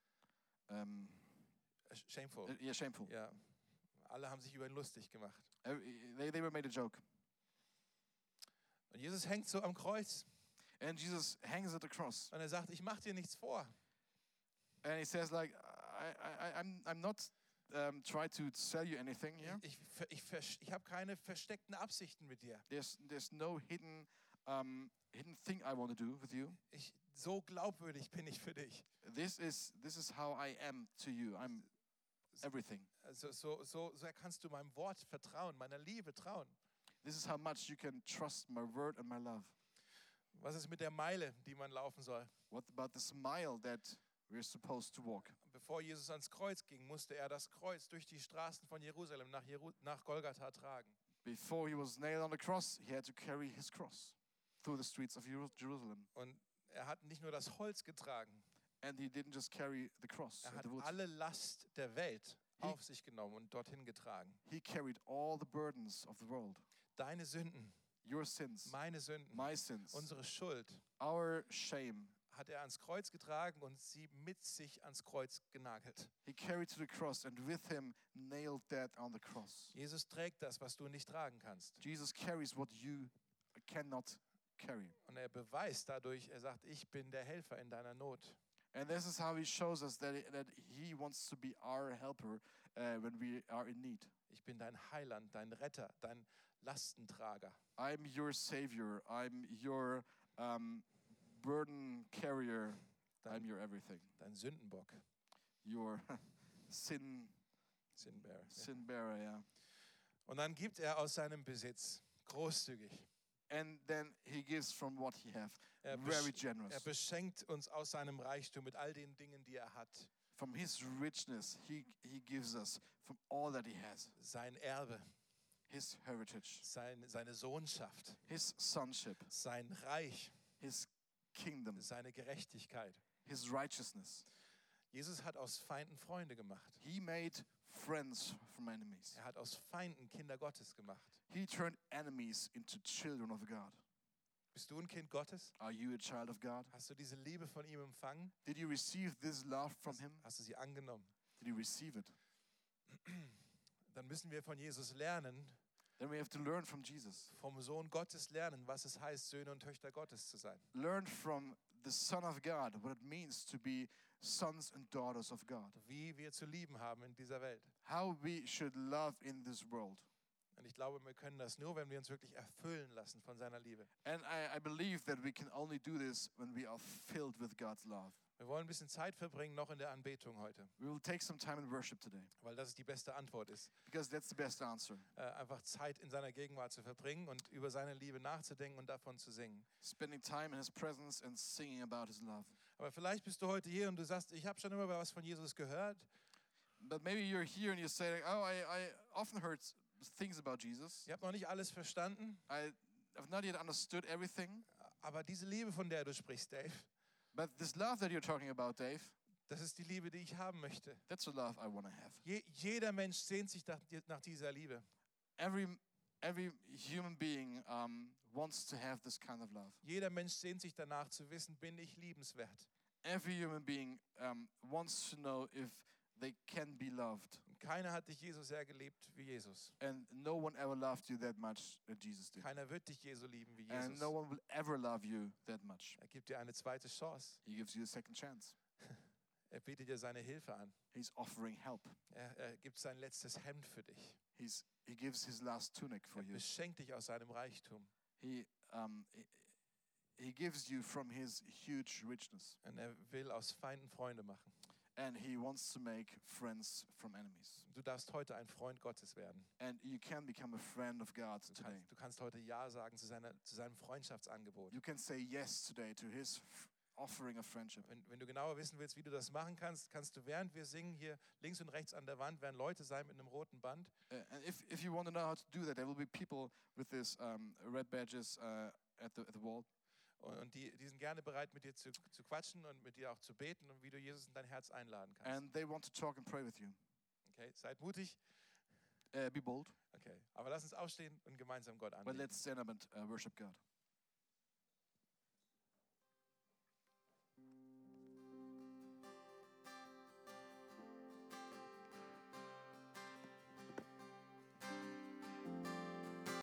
shameful. Yeah, shameful. Ja, alle haben sich über ihn lustig gemacht. They were made a joke. Und Jesus hängt so am Kreuz And Jesus hangs at the cross. und er sagt, ich mach dir nichts vor. And he says, like, I'm not trying to sell you anything here. Ich habe keine versteckten Absichten mit dir. There's no hidden thing I want to do with you. So glaubwürdig bin ich für dich. This is how I am to you. I'm everything. Also so kannst du meinem Wort vertrauen, meiner Liebe trauen. This is how much you can trust my word and my love. Was ist mit der Meile, die man laufen soll? What about this mile that we're supposed to walk? Bevor Jesus ans Kreuz ging, musste er das Kreuz durch die Straßen von Jerusalem nach Golgatha tragen. Before he was nailed on the cross, he had to carry his cross through the streets of Jerusalem. Und er hat nicht nur das Holz getragen, And he didn't just carry the cross, er hat the wood. alle Last der Welt auf sich genommen und dorthin getragen. He carried all the burdens of the world. Deine Sünden, Your sins, meine Sünden, my sins, unsere Schuld our shame. hat er ans Kreuz getragen und sie mit sich ans Kreuz genagelt. He carried to the cross and with him nailed that on the cross. Jesus trägt das, was du nicht tragen kannst. Jesus carries what you cannot carry. Und er beweist dadurch, er sagt, ich bin der Helfer in deiner Not. And this is how he shows us that he wants to be our helper when we are in need. Ich bin dein Heiland, dein Retter, dein Lastentrager. I'm your savior. I'm your burden carrier. I'm your everything. Dein Sündenbock. Your sin bearer, yeah. Und dann gibt er aus seinem Besitz großzügig. And then he gives from what he has. Er Very generous. Er beschenkt uns aus seinem Reichtum mit all den Dingen, die er hat. From his richness, he gives us from all that he has. Sein Erbe, His heritage, seine Sohnschaft, his sonship, sein Reich, his kingdom, seine Gerechtigkeit. his righteousness. Jesus hat aus Feinden Freunde gemacht. He made friends from enemies. Er hat aus Feinden Kinder Gottes gemacht. He turned enemies into children of God. Bist du ein Kind Gottes? Are you a child of God? Hast du diese Liebe von ihm empfangen? Did you receive this love from him? Hast du sie angenommen? Did you receive it? Dann müssen wir von Jesus lernen, Then we have to learn from Jesus. vom Sohn Gottes lernen, was es heißt, Söhne und Töchter Gottes zu sein. Learn from the Son of God what it means to be sons and daughters of God. Wie wir zu lieben haben in dieser Welt. How we should love in this world. Und ich glaube, wir können das nur, wenn wir uns wirklich erfüllen lassen von seiner Liebe. And I believe that we can only do this when we are filled with God's love. Wir wollen ein bisschen Zeit verbringen, noch in der Anbetung heute, We will take some time in worship today weil das die beste Antwort ist. because that's the best answer. Einfach Zeit in seiner Gegenwart zu verbringen und über seine Liebe nachzudenken und davon zu singen. Spending time in His presence and singing about His love. Aber vielleicht bist du heute hier und du sagst, ich habe schon immer was von Jesus gehört, But maybe you're here and you're saying, oh, I often heard things about Jesus. ich habe noch nicht alles verstanden, I've not yet understood everything. aber diese Liebe, von der du sprichst, Dave, But this love that you're talking about, Dave, das ist die Liebe, die ich haben möchte. that's the love I want to have. Jeder Mensch sehnt sich nach dieser Liebe. Every human being wants to have this kind of love. Jeder Mensch sehnt sich danach zu wissen, bin ich liebenswert. Every human being wants to know if they can be loved. Und keiner hat dich Jesus sehr geliebt wie Jesus. And no one ever loved you that much that Jesus did. Keiner wird dich so lieben wie And Jesus. no one will ever love you that much. Er gibt dir eine zweite Chance. He gives you a second chance. Er bietet dir seine Hilfe an. He's offering help. Er gibt sein letztes Hemd für dich. He gives his last tunic for Er you. beschenkt dich aus seinem Reichtum. He gives you from his huge richness. Und er will aus Feinden Freunde machen. And he wants to make friends from enemies. Du darfst heute ein Freund Gottes werden. And you can become a friend of God today. Du kannst heute Ja sagen zu seinem Freundschaftsangebot. You can say yes today to his offering of friendship. Wenn du genauer wissen willst, wie du das machen kannst, kannst du, während wir singen, hier links und rechts an der Wand werden Leute sein mit einem roten Band. And if you want to know how to do that, there will be people with this red badges at the wall. Und die sind gerne bereit, mit dir zu quatschen und mit dir auch zu beten und wie du Jesus in dein Herz einladen kannst. And they want to talk and pray with you. Okay, seid mutig. Be bold. Okay, aber lass uns aufstehen und gemeinsam Gott But anbeten. let's stand up and worship God.